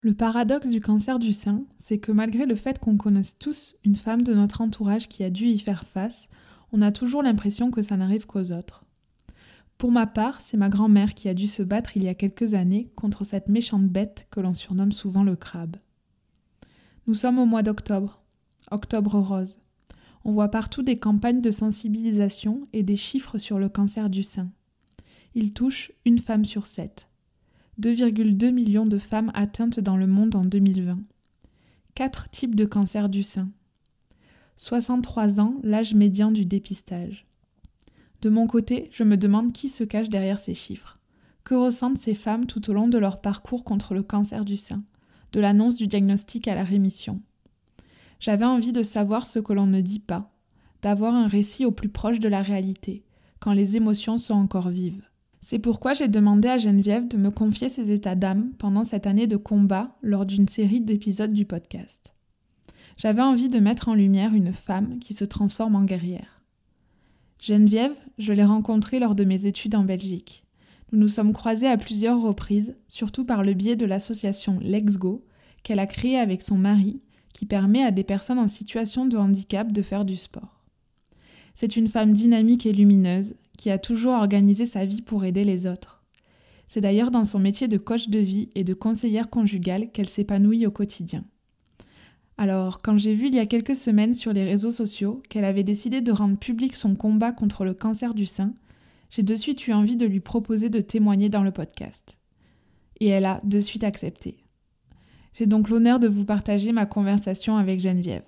Le paradoxe du cancer du sein, c'est que malgré le fait qu'on connaisse tous une femme de notre entourage qui a dû y faire face, on a toujours l'impression que ça n'arrive qu'aux autres. Pour ma part, c'est ma grand-mère qui a dû se battre il y a quelques années contre cette méchante bête que l'on surnomme souvent le crabe. Nous sommes au mois d'octobre, octobre rose. On voit partout des campagnes de sensibilisation et des chiffres sur le cancer du sein. Il touche une femme sur 7. 2,2 millions de femmes atteintes dans le monde en 2020. 4 types de cancer du sein. 63 ans, l'âge médian du dépistage. De mon côté, je me demande qui se cache derrière ces chiffres. Que ressentent ces femmes tout au long de leur parcours contre le cancer du sein, de l'annonce du diagnostic à la rémission. J'avais envie de savoir ce que l'on ne dit pas, d'avoir un récit au plus proche de la réalité, quand les émotions sont encore vives. C'est pourquoi j'ai demandé à Geneviève de me confier ses états d'âme pendant cette année de combat lors d'une série d'épisodes du podcast. J'avais envie de mettre en lumière une femme qui se transforme en guerrière. Geneviève, je l'ai rencontrée lors de mes études en Belgique. Nous nous sommes croisés à plusieurs reprises, surtout par le biais de l'association Let's Go, qu'elle a créée avec son mari, qui permet à des personnes en situation de handicap de faire du sport. C'est une femme dynamique et lumineuse, qui a toujours organisé sa vie pour aider les autres. C'est d'ailleurs dans son métier de coach de vie et de conseillère conjugale qu'elle s'épanouit au quotidien. Alors, quand j'ai vu il y a quelques semaines sur les réseaux sociaux qu'elle avait décidé de rendre public son combat contre le cancer du sein, j'ai de suite eu envie de lui proposer de témoigner dans le podcast. Et elle a de suite accepté. J'ai donc l'honneur de vous partager ma conversation avec Geneviève.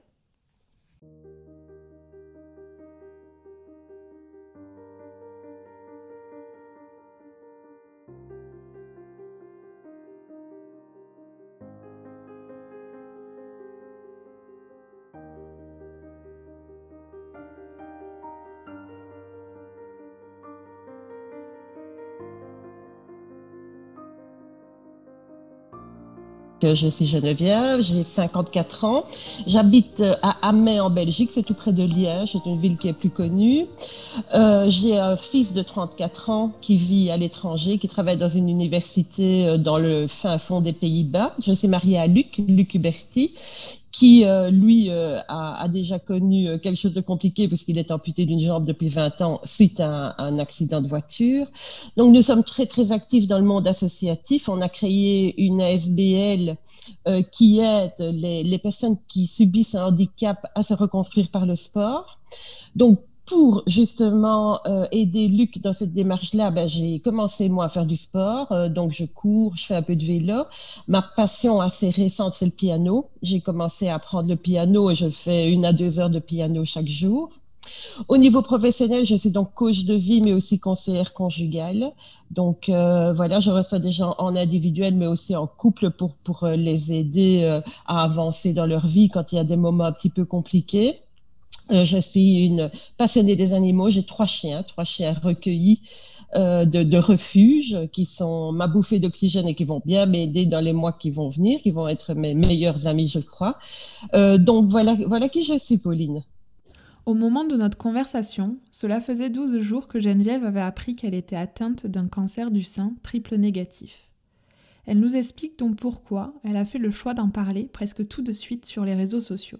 Je suis Geneviève, j'ai 54 ans. J'habite à Amay en Belgique, c'est tout près de Liège, c'est une ville qui est plus connue. J'ai un fils de 34 ans qui vit à l'étranger, qui travaille dans une université dans le fin fond des Pays-Bas. Je suis mariée à Luc Huberti, qui, lui, a déjà connu quelque chose de compliqué puisqu'il est amputé d'une jambe depuis 20 ans suite à un accident de voiture. Donc, nous sommes très, très actifs dans le monde associatif. On a créé une ASBL qui aide les personnes qui subissent un handicap à se reconstruire par le sport. Donc, pour justement aider Luc dans cette démarche-là, j'ai commencé moi à faire du sport, donc je cours, je fais un peu de vélo. Ma passion assez récente, c'est le piano. J'ai commencé à apprendre le piano et je fais 1 à 2 heures de piano chaque jour. Au niveau professionnel, je suis donc coach de vie, mais aussi conseillère conjugale. Donc voilà, je reçois des gens en individuel, mais aussi en couple pour les aider à avancer dans leur vie quand il y a des moments un petit peu compliqués. Je suis une passionnée des animaux. J'ai 3 chiens recueillis de refuge qui sont ma bouffée d'oxygène et qui vont bien m'aider dans les mois qui vont venir, qui vont être mes meilleurs amis, je crois. Donc voilà qui je suis, Pauline. Au moment de notre conversation, cela faisait 12 jours que Geneviève avait appris qu'elle était atteinte d'un cancer du sein triple négatif. Elle nous explique donc pourquoi elle a fait le choix d'en parler presque tout de suite sur les réseaux sociaux.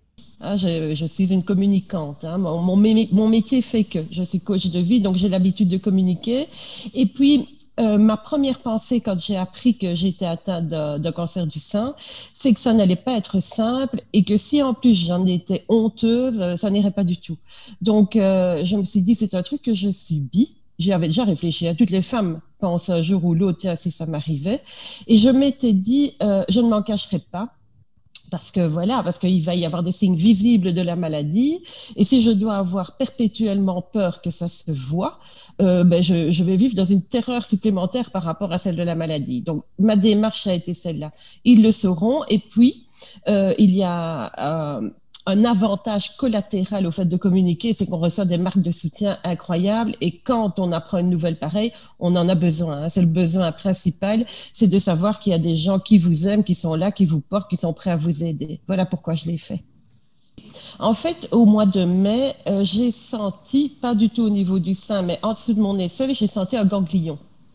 Je suis une communicante. Mon métier fait que je suis coach de vie, donc j'ai l'habitude de communiquer. Et puis, ma première pensée quand j'ai appris que j'étais atteinte d'un cancer du sein, c'est que ça n'allait pas être simple et que si en plus j'en étais honteuse, ça n'irait pas du tout. Donc, je me suis dit, c'est un truc que je subis. J'y avais déjà réfléchi. Toutes les femmes pensent un jour ou l'autre, tiens, si ça m'arrivait. Et je m'étais dit, je ne m'en cacherai pas. Parce qu'il va y avoir des signes visibles de la maladie. Et si je dois avoir perpétuellement peur que ça se voit, je vais vivre dans une terreur supplémentaire par rapport à celle de la maladie. Donc, ma démarche a été celle-là. Ils le sauront. Et puis, il y a un avantage collatéral au fait de communiquer, c'est qu'on reçoit des marques de soutien incroyables et quand on apprend une nouvelle pareille, on en a besoin. C'est le besoin principal, c'est de savoir qu'il y a des gens qui vous aiment, qui sont là, qui vous portent, qui sont prêts à vous aider. Voilà pourquoi je l'ai fait. En fait, au mois de mai, j'ai senti, pas du tout au niveau du sein, mais en dessous de mon aisselle, j'ai senti un ganglion.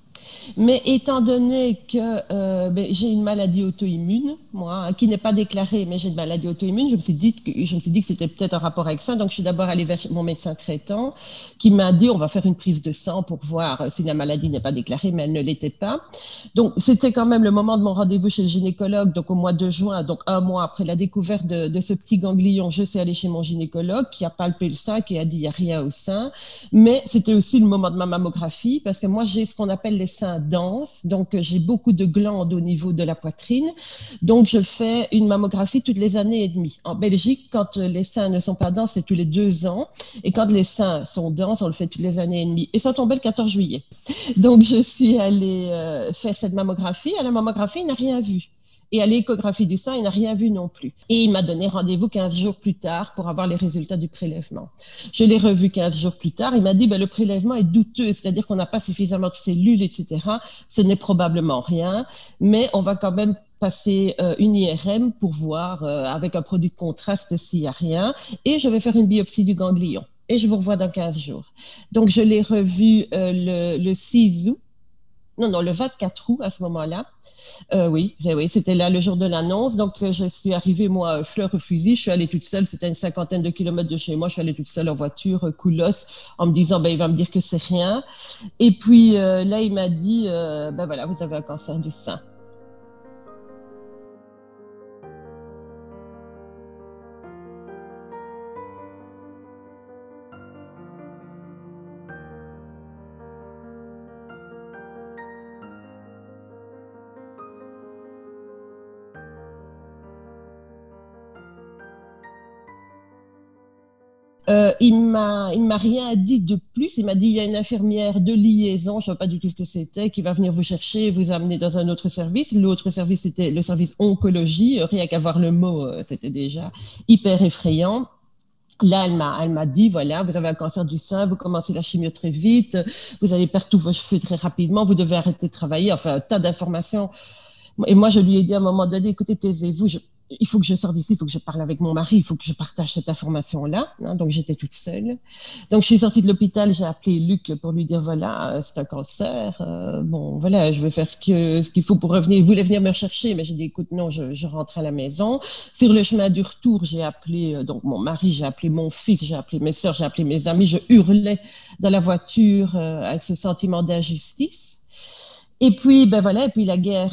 Mais étant donné que j'ai une maladie auto-immune, moi, qui n'est pas déclarée, mais j'ai une maladie auto-immune, je me suis dit que c'était peut-être un rapport avec ça. Donc, je suis d'abord allée vers mon médecin traitant qui m'a dit, on va faire une prise de sang pour voir si la maladie n'est pas déclarée, mais elle ne l'était pas. Donc, c'était quand même le moment de mon rendez-vous chez le gynécologue, donc au mois de juin, donc un mois après la découverte de ce petit ganglion, je suis allée chez mon gynécologue qui a palpé le sein, qui a dit, il n'y a rien au sein. Mais c'était aussi le moment de ma mammographie parce que moi, j'ai ce qu'on appelle les seins denses. Donc, j'ai beaucoup de glandes au niveau de la poitrine. Donc, je fais une mammographie toutes les années et demie. En Belgique, quand les seins ne sont pas denses, c'est tous les 2 ans. Et quand les seins sont denses, on le fait toutes les années et demie. Et ça tombait le 14 juillet. Donc, je suis allée faire cette mammographie. À la mammographie, il n'a rien vu. Et à l'échographie du sein, il n'a rien vu non plus. Et il m'a donné rendez-vous 15 jours plus tard pour avoir les résultats du prélèvement. Je l'ai revu 15 jours plus tard. Il m'a dit, le prélèvement est douteux, c'est-à-dire qu'on n'a pas suffisamment de cellules, etc. Ce n'est probablement rien, mais on va quand même passer une IRM pour voir avec un produit de contraste s'il n'y a rien. Et je vais faire une biopsie du ganglion. Et je vous revois dans 15 jours. Donc, je l'ai revu le 6 août. Non, le 24 août à ce moment-là. Oui, c'était là le jour de l'annonce. Donc, je suis arrivée, moi, fleur au fusil. Je suis allée toute seule. C'était une cinquantaine de kilomètres de chez moi. Je suis allée toute seule en voiture, coulos, en me disant, il va me dire que c'est rien. Et puis, là, il m'a dit, voilà, vous avez un cancer du sein. Il m'a rien dit de plus. Il m'a dit, il y a une infirmière de liaison, je ne sais pas du tout ce que c'était, qui va venir vous chercher et vous amener dans un autre service. L'autre service, c'était le service oncologie. Rien qu'à voir le mot, c'était déjà hyper effrayant. Là, elle m'a dit, voilà, vous avez un cancer du sein, vous commencez la chimio très vite, vous allez perdre tous vos cheveux très rapidement, vous devez arrêter de travailler, enfin, un tas d'informations. Et moi, je lui ai dit à un moment donné, écoutez, taisez-vous, il faut que je sorte d'ici, il faut que je parle avec mon mari, il faut que je partage cette information-là. Hein, donc, j'étais toute seule. Donc, je suis sortie de l'hôpital, j'ai appelé Luc pour lui dire, voilà, c'est un cancer. Bon, voilà, je vais faire ce qu'il faut pour revenir. Il voulait venir me rechercher, mais j'ai dit, écoute, non, je rentre à la maison. Sur le chemin du retour, j'ai appelé donc mon mari, j'ai appelé mon fils, j'ai appelé mes soeurs, j'ai appelé mes amis. Je hurlais dans la voiture avec ce sentiment d'injustice. Et puis, voilà, et puis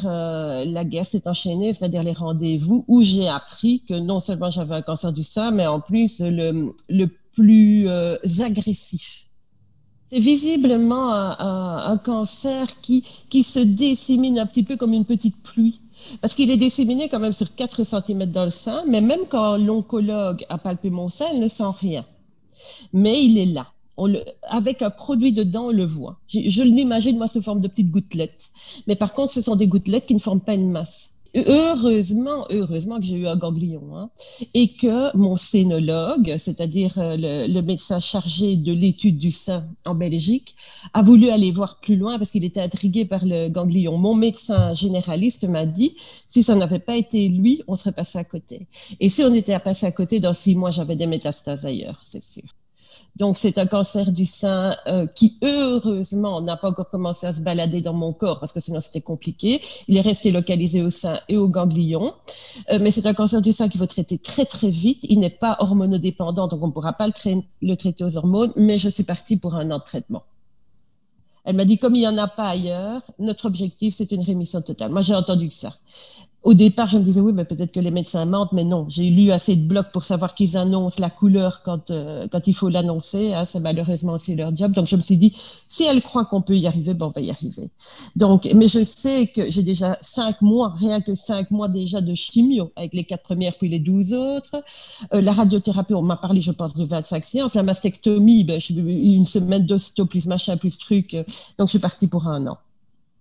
la guerre s'est enchaînée, c'est-à-dire les rendez-vous où j'ai appris que non seulement j'avais un cancer du sein, mais en plus le plus agressif. C'est visiblement un cancer qui se dissémine un petit peu comme une petite pluie. Parce qu'il est disséminé quand même sur 4 centimètres dans le sein, mais même quand l'oncologue a palpé mon sein, elle ne sent rien. Mais il est là. Avec un produit dedans, on le voit. Je l'imagine, moi, sous forme de petites gouttelettes. Mais par contre, ce sont des gouttelettes qui ne forment pas une masse. Heureusement que j'ai eu un ganglion, hein, et que mon sénologue, c'est-à-dire le médecin chargé de l'étude du sein en Belgique, a voulu aller voir plus loin parce qu'il était intrigué par le ganglion. Mon médecin généraliste m'a dit, si ça n'avait pas été lui, on serait passé à côté. Et si on était passé à côté, dans 6 mois, j'avais des métastases ailleurs, c'est sûr. Donc, c'est un cancer du sein qui, heureusement, n'a pas encore commencé à se balader dans mon corps parce que sinon c'était compliqué. Il est resté localisé au sein et au ganglion. Mais c'est un cancer du sein qu'il faut traiter très, très vite. Il n'est pas hormonodépendant, donc on ne pourra pas le traiter aux hormones, mais je suis partie pour un an de traitement. Elle m'a dit, comme il n'y en a pas ailleurs, notre objectif, c'est une rémission totale. Moi, j'ai entendu que ça. Au départ, je me disais, oui, mais peut-être que les médecins mentent, mais non. J'ai lu assez de blogs pour savoir qu'ils annoncent la couleur quand il faut l'annoncer. Hein, c'est malheureusement aussi leur job. Donc, je me suis dit, si elle croit qu'on peut y arriver, on va y arriver. Donc, mais je sais que j'ai déjà 5 mois, rien que 5 mois déjà de chimio, avec les 4 premières, puis les 12 autres. La radiothérapie, on m'a parlé, je pense, de 25 séances. La mastectomie, j'ai eu une semaine d'osto, plus machin, plus truc. Donc, je suis partie pour un an.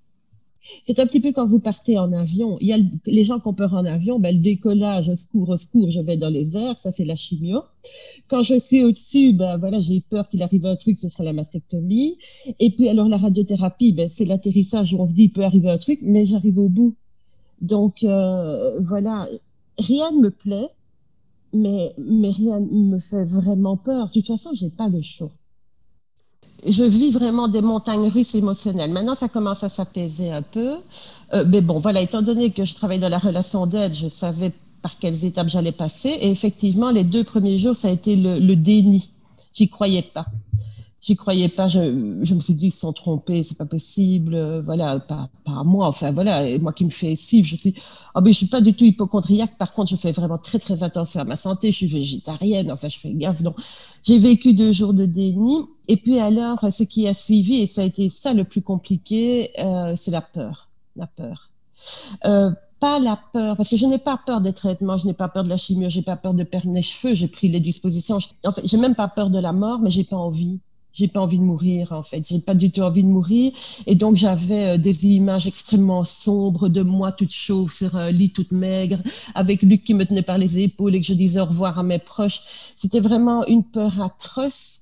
C'est un petit peu quand vous partez en avion. Il y a les gens qui ont peur en avion, le décollage, au secours, je vais dans les airs, ça c'est la chimio. Quand je suis au-dessus, voilà, j'ai peur qu'il arrive un truc, ce sera la mastectomie. Et puis alors la radiothérapie, c'est l'atterrissage où on se dit il peut arriver un truc, mais j'arrive au bout. Donc voilà, rien ne me plaît, mais rien ne me fait vraiment peur. De toute façon, j'ai pas le choix. je vis vraiment des montagnes russes émotionnelles. Maintenant, ça commence à s'apaiser un peu. Mais bon, voilà, étant donné que je travaille dans la relation d'aide, je savais par quelles étapes j'allais passer. Et effectivement, les 2 premiers jours, ça a été le déni. J'y croyais pas. J'y croyais pas. Je me suis dit, ils se sont trompés, c'est pas possible. Voilà, pas à moi. Enfin, voilà, et moi qui me fais suivre, ah, mais je suis pas du tout hypochondriaque. Par contre, je fais vraiment très, très attention à ma santé. Je suis végétarienne. Enfin, je fais gaffe. Donc, j'ai vécu 2 jours de déni. Et puis alors, ce qui a suivi, et ça a été ça le plus compliqué, c'est la peur. La peur. Euh, Pas la peur, parce que je n'ai pas peur des traitements, je n'ai pas peur de la chimio, j'ai pas peur de perdre mes cheveux, j'ai pris les dispositions. En fait, j'ai même pas peur de la mort, mais j'ai pas envie. J'ai pas envie de mourir, en fait. J'ai pas du tout envie de mourir. Et donc, j'avais des images extrêmement sombres de moi toute chauve sur un lit, toute maigre, avec Luc qui me tenait par les épaules et que je disais au revoir à mes proches. C'était vraiment une peur atroce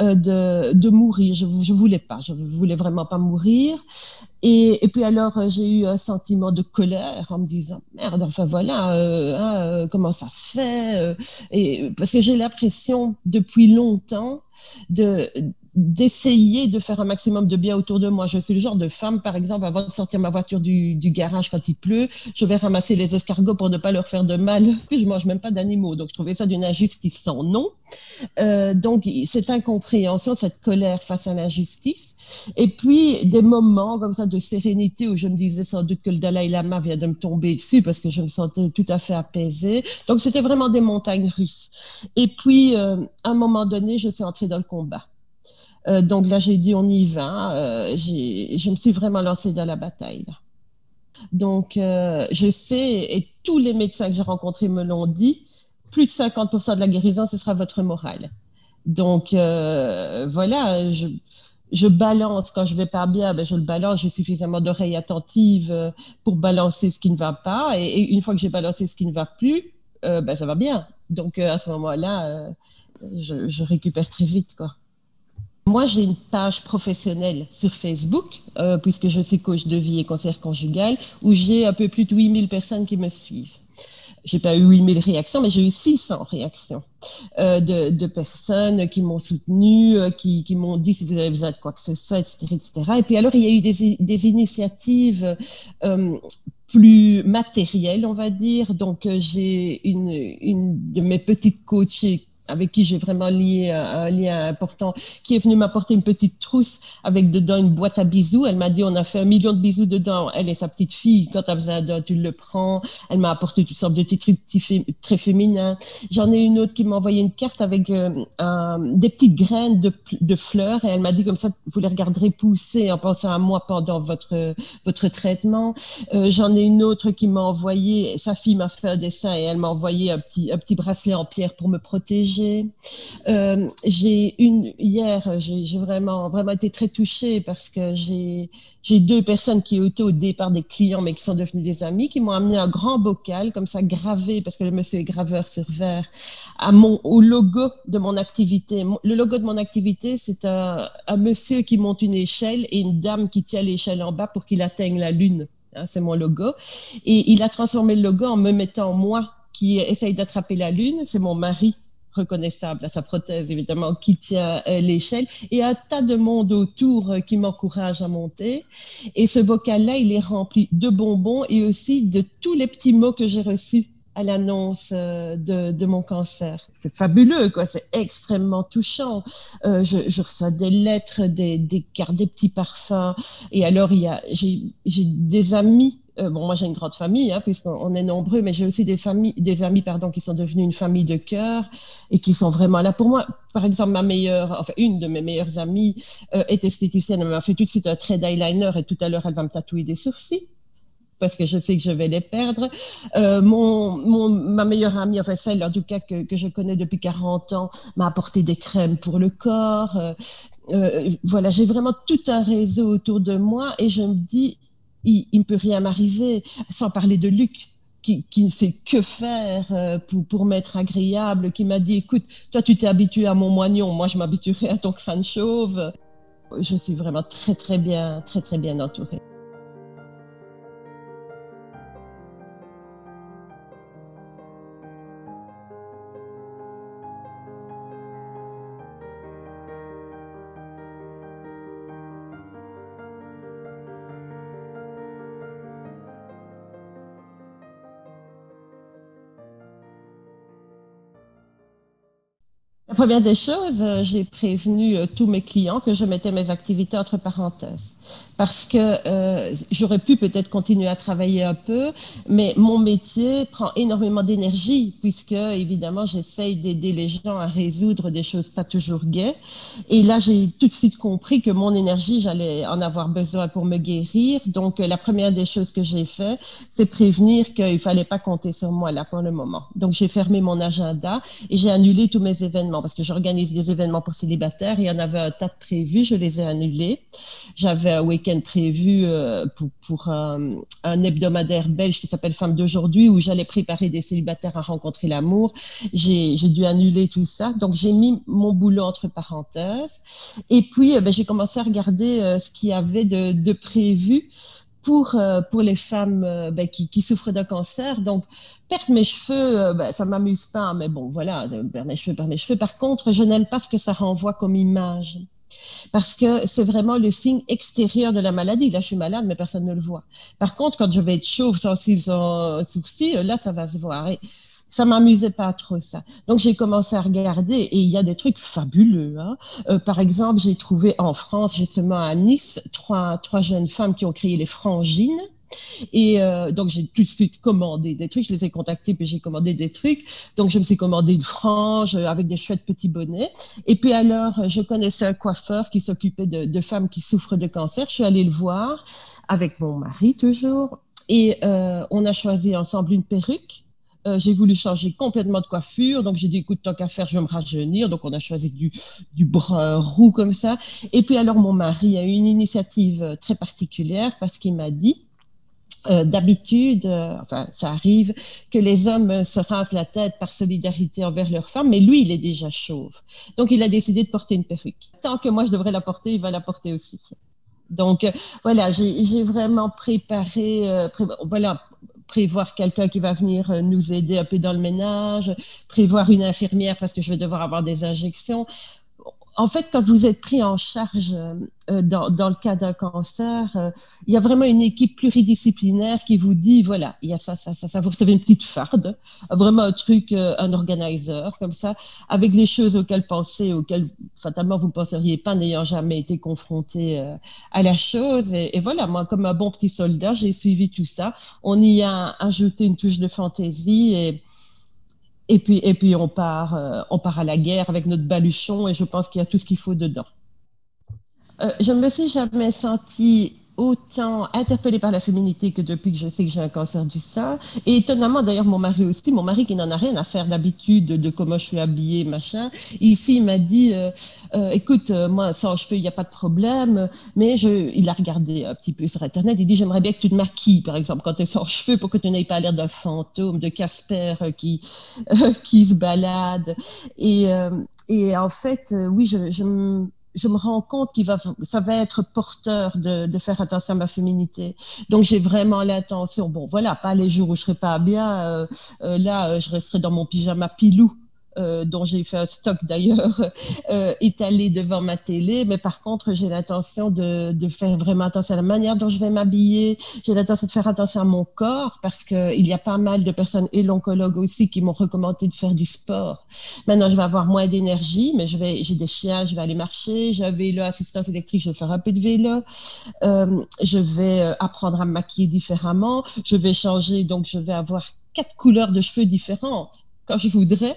de mourir. Je voulais pas. Je voulais vraiment pas mourir. Et puis alors, j'ai eu un sentiment de colère en me disant, merde, enfin voilà, comment ça se fait et parce que j'ai l'impression depuis longtemps de d'essayer de faire un maximum de bien autour de moi. Je suis le genre de femme, par exemple, avant de sortir ma voiture du garage quand il pleut, je vais ramasser les escargots pour ne pas leur faire de mal. Je mange même pas d'animaux, donc je trouvais ça d'une injustice sans nom. Donc, cette incompréhension, cette colère face à l'injustice, et puis des moments comme ça de sérénité où je me disais sans doute que le Dalai Lama vient de me tomber dessus parce que je me sentais tout à fait apaisée. Donc, c'était vraiment des montagnes russes. Et puis, à un moment donné, je suis entrée dans le combat. Donc là, j'ai dit, on y va. Je me suis vraiment lancée dans la bataille. Là. Donc, je sais, et tous les médecins que j'ai rencontrés me l'ont dit, plus de 50% de la guérison, ce sera votre morale. Donc, voilà, je balance quand je vais pas bien, ben je le balance, j'ai suffisamment d'oreilles attentives pour balancer ce qui ne va pas. Et une fois que j'ai balancé ce qui ne va plus, ben ça va bien. Donc, à ce moment-là, je récupère très vite, quoi. Moi, j'ai une page professionnelle sur Facebook, puisque je suis coach de vie et conseillère conjugale, où j'ai un peu plus de 8000 personnes qui me suivent. J'ai pas eu 8000 réactions, mais j'ai eu 600 réactions de personnes qui m'ont soutenu, qui m'ont dit si vous avez besoin de quoi que ce soit, etc., etc. Et puis alors, il y a eu des initiatives plus matérielles, on va dire. Donc, j'ai une de mes petites coachées avec qui j'ai vraiment lié un lien important, qui est venue m'apporter une petite trousse avec dedans une boîte à bisous. Elle m'a dit, on a fait 1 million de bisous dedans. Elle et sa petite fille, quand tu as besoin d'un, tu le prends. Elle m'a apporté toutes sortes de petits trucs très féminins. J'en ai une autre qui m'a envoyé une carte avec des petites graines de fleurs et elle m'a dit comme ça, vous les regarderez pousser en pensant à moi pendant votre traitement. J'en ai une autre qui m'a envoyé, sa fille m'a fait un dessin et elle m'a envoyé un petit bracelet en pierre pour me protéger. Hier, j'ai vraiment, vraiment été très touchée parce que j'ai 2 personnes qui étaient au départ des clients, mais qui sont devenus des amis, qui m'ont amené un grand bocal, comme ça, gravé, parce que le monsieur est graveur sur verre, au logo de mon activité. Le logo de mon activité, c'est un monsieur qui monte une échelle et une dame qui tient l'échelle en bas pour qu'il atteigne la lune. Hein, c'est mon logo. Et il a transformé le logo en me mettant moi qui essaye d'attraper la lune. C'est mon mari reconnaissable à sa prothèse, évidemment, qui tient l'échelle, et un tas de monde autour qui m'encourage à monter. Et ce bocal-là, il est rempli de bonbons et aussi de tous les petits mots que j'ai reçus à l'annonce de mon cancer. C'est fabuleux, quoi. C'est extrêmement touchant. Je reçois des lettres, des cartes, des petits parfums. Et alors, j'ai des amis bon, moi j'ai une grande famille, hein, puisqu'on est nombreux, mais j'ai aussi des amis, pardon, qui sont devenus une famille de cœur et qui sont vraiment là pour moi. Par exemple, une de mes meilleures amies est esthéticienne. Elle m'a fait tout de suite un trait d'eyeliner et tout à l'heure elle va me tatouer des sourcils parce que je sais que je vais les perdre. Ma meilleure amie, enfin celle en tout cas que je connais depuis 40 ans, m'a apporté des crèmes pour le corps. Voilà, j'ai vraiment tout un réseau autour de moi et je me dis, il ne peut rien m'arriver, sans parler de Luc. Qui ne sait que faire pour m'être agréable, qui m'a dit, écoute, toi tu t'es habitué à mon moignon, moi je m'habituerai à ton crâne chauve. Je suis vraiment très très bien entourée. La première des choses, j'ai prévenu tous mes clients que je mettais mes activités entre parenthèses. Parce que j'aurais pu peut-être continuer à travailler un peu, mais mon métier prend énormément d'énergie, puisque évidemment, j'essaye d'aider les gens à résoudre des choses pas toujours gaies. Et là, j'ai tout de suite compris que mon énergie, j'allais en avoir besoin pour me guérir. Donc, la première des choses que j'ai fait, c'est prévenir qu'il fallait pas compter sur moi là pour le moment. Donc, j'ai fermé mon agenda et j'ai annulé tous mes événements parce que j'organise des événements pour célibataires. Il y en avait un tas de prévus, je les ai annulés. J'avais un week-end prévu pour un hebdomadaire belge qui s'appelle Femmes d'aujourd'hui où j'allais préparer des célibataires à rencontrer l'amour. J'ai dû annuler tout ça. Donc, j'ai mis mon boulot entre parenthèses. Et puis, j'ai commencé à regarder ce qu'il y avait de prévu pour les femmes qui souffrent d'un cancer. Donc, perdre mes cheveux, ça m'amuse pas, mais bon, voilà, perdre mes cheveux, perdre mes cheveux. Par contre, je n'aime pas ce que ça renvoie comme image, parce que c'est vraiment le signe extérieur de la maladie. Là, je suis malade, mais personne ne le voit. Par contre, quand je vais être chauve, sans cils, sans sourcils, là, ça va se voir. Et ça m'amusait pas trop ça. Donc j'ai commencé à regarder et il y a des trucs fabuleux. Hein. Par exemple, j'ai trouvé en France, justement à Nice, trois jeunes femmes qui ont créé les frangines. Et donc, j'ai tout de suite commandé des trucs. Je les ai contactés, puis j'ai commandé des trucs. Donc, je me suis commandé une frange avec des chouettes petits bonnets. Et puis alors, je connaissais un coiffeur qui s'occupait de femmes qui souffrent de cancer. Je suis allée le voir avec mon mari toujours. Et on a choisi ensemble une perruque. J'ai voulu changer complètement de coiffure, donc j'ai dit écoute, tant qu'à faire, je vais me rajeunir. Donc on a choisi du brun roux comme ça. Et puis alors mon mari a eu une initiative très particulière parce qu'il m'a dit d'habitude, enfin, ça arrive que les hommes se rasent la tête par solidarité envers leurs femmes, mais lui, il est déjà chauve. Donc, il a décidé de porter une perruque. Tant que moi, je devrais la porter, il va la porter aussi. Donc, voilà, j'ai vraiment préparé, voilà, prévoir quelqu'un qui va venir nous aider un peu dans le ménage, prévoir une infirmière parce que je vais devoir avoir des injections. En fait, quand vous êtes pris en charge dans le cas d'un cancer, il y a vraiment une équipe pluridisciplinaire qui vous dit, voilà, il y a ça. Vous recevez une petite farde, vraiment un truc, un organizer comme ça, avec les choses auxquelles penser, auxquelles fatalement vous ne penseriez pas n'ayant jamais été confronté à la chose. Et voilà, moi, comme un bon petit soldat, j'ai suivi tout ça. On y a ajouté une touche de fantaisie et puis on part à la guerre avec notre baluchon et je pense qu'il y a tout ce qu'il faut dedans. Je ne me suis jamais sentie autant interpellée par la féminité que depuis que je sais que j'ai un cancer du sein. Et étonnamment, d'ailleurs, mon mari aussi, mon mari qui n'en a rien à faire d'habitude de comment je suis habillée, machin, ici, il m'a dit, écoute, moi, sans cheveux, il n'y a pas de problème, mais il a regardé un petit peu sur Internet, il dit, j'aimerais bien que tu te maquilles, par exemple, quand tu es sans cheveux, pour que tu n'aies pas l'air d'un fantôme, de Casper qui se balade. Et, euh, et en fait, oui, je me rends compte ça va être porteur de faire attention à ma féminité. Donc j'ai vraiment l'intention, bon voilà, pas les jours où je serai pas bien, là je resterai dans mon pyjama pilou. Dont j'ai fait un stock d'ailleurs étalé devant ma télé, mais par contre j'ai l'intention de faire vraiment attention à la manière dont je vais m'habiller, j'ai l'intention de faire attention à mon corps parce qu'il y a pas mal de personnes et l'oncologue aussi qui m'ont recommandé de faire du sport. Maintenant, je vais avoir moins d'énergie, mais j'ai des chiens, je vais aller marcher. J'ai un vélo assistance électrique, je vais faire un peu de vélo. Je vais apprendre à me maquiller différemment. Je vais changer, donc je vais avoir 4 couleurs de cheveux différentes quand je voudrais.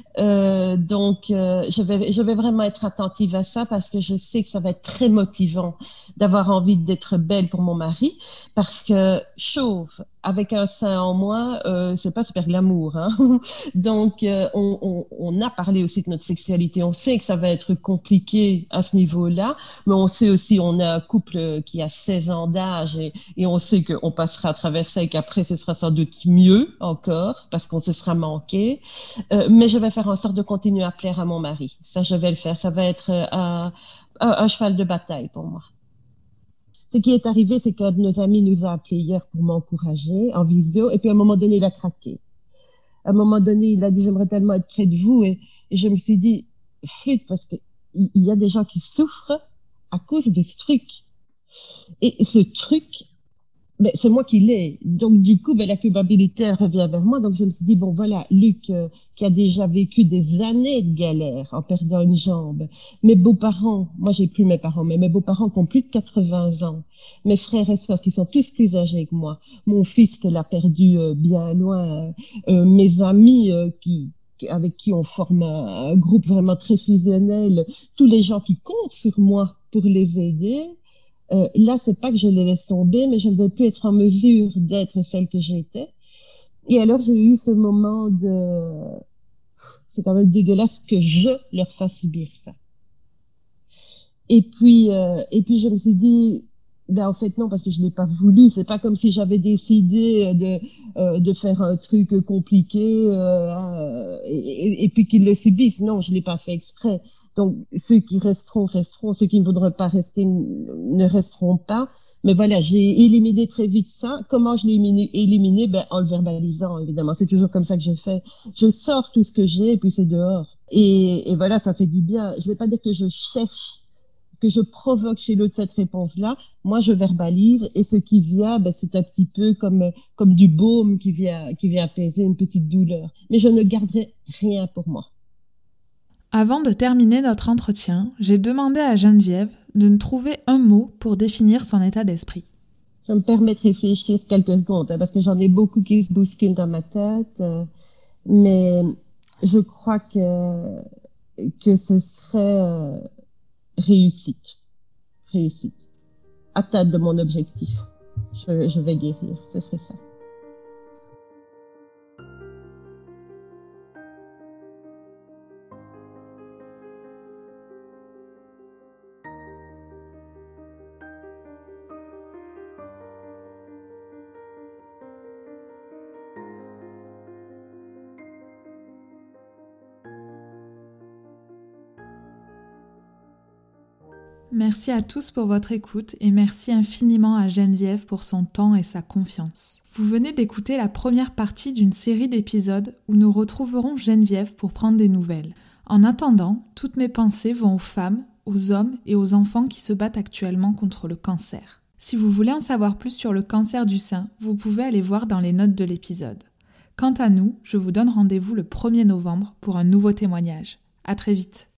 Donc, je vais vraiment être attentive à ça parce que je sais que ça va être très motivant d'avoir envie d'être belle pour mon mari parce que chauve avec un sein en moins, c'est pas super glamour. Hein. Donc, on a parlé aussi de notre sexualité. On sait que ça va être compliqué à ce niveau-là, mais on sait aussi, on a un couple qui a 16 ans d'âge et on sait qu'on passera à travers ça et qu'après, ce sera sans doute mieux encore parce qu'on se sera manqué. Mais je vais faire en sorte de continuer à plaire à mon mari. Ça, je vais le faire. Ça va être un cheval de bataille pour moi. Ce qui est arrivé, c'est qu'un de nos amis nous a appelés hier pour m'encourager en visio, et puis à un moment donné, il a craqué. À un moment donné, il a dit, j'aimerais tellement être près de vous, et je me suis dit, flûte, parce qu'il y a des gens qui souffrent à cause de ce truc. Et ce truc, mais c'est moi qui l'ai. Donc, du coup, ben, la culpabilité elle revient vers moi. Donc, je me suis dit, bon, voilà, Luc, qui a déjà vécu des années de galère en perdant une jambe. Mes beaux-parents, moi, j'ai plus mes parents, mais mes beaux-parents qui ont plus de 80 ans. Mes frères et sœurs qui sont tous plus âgés que moi. Mon fils qu'elle a perdu bien loin. Mes amis avec qui on forme un groupe vraiment très fusionnel. Tous les gens qui comptent sur moi pour les aider. Là, c'est pas que je les laisse tomber, mais je ne vais plus être en mesure d'être celle que j'étais. Et alors, j'ai eu ce moment c'est quand même dégueulasse que je leur fasse subir ça. Et puis, je me suis dit, ben, en fait, non, parce que je l'ai pas voulu. C'est pas comme si j'avais décidé de faire un truc compliqué, et puis qu'ils le subissent. Non, je l'ai pas fait exprès. Donc, ceux qui resteront, resteront. Ceux qui ne voudront pas rester ne resteront pas. Mais voilà, j'ai éliminé très vite ça. Comment je l'ai éliminé? Ben, en le verbalisant, évidemment. C'est toujours comme ça que je fais. Je sors tout ce que j'ai, et puis c'est dehors. Et voilà, ça fait du bien. Je vais pas dire que je cherche, que je provoque chez l'autre cette réponse-là. Moi, je verbalise, et ce qui vient, ben, c'est un petit peu comme du baume qui vient apaiser une petite douleur. Mais je ne garderai rien pour moi. Avant de terminer notre entretien, j'ai demandé à Geneviève de nous trouver un mot pour définir son état d'esprit. Je me permets de réfléchir quelques secondes, parce que j'en ai beaucoup qui se bousculent dans ma tête, mais je crois que ce serait réussite. Réussite. Atteinte de mon objectif. Je vais guérir, ce serait ça. Merci à tous pour votre écoute et merci infiniment à Geneviève pour son temps et sa confiance. Vous venez d'écouter la première partie d'une série d'épisodes où nous retrouverons Geneviève pour prendre des nouvelles. En attendant, toutes mes pensées vont aux femmes, aux hommes et aux enfants qui se battent actuellement contre le cancer. Si vous voulez en savoir plus sur le cancer du sein, vous pouvez aller voir dans les notes de l'épisode. Quant à nous, je vous donne rendez-vous le 1er novembre pour un nouveau témoignage. À très vite.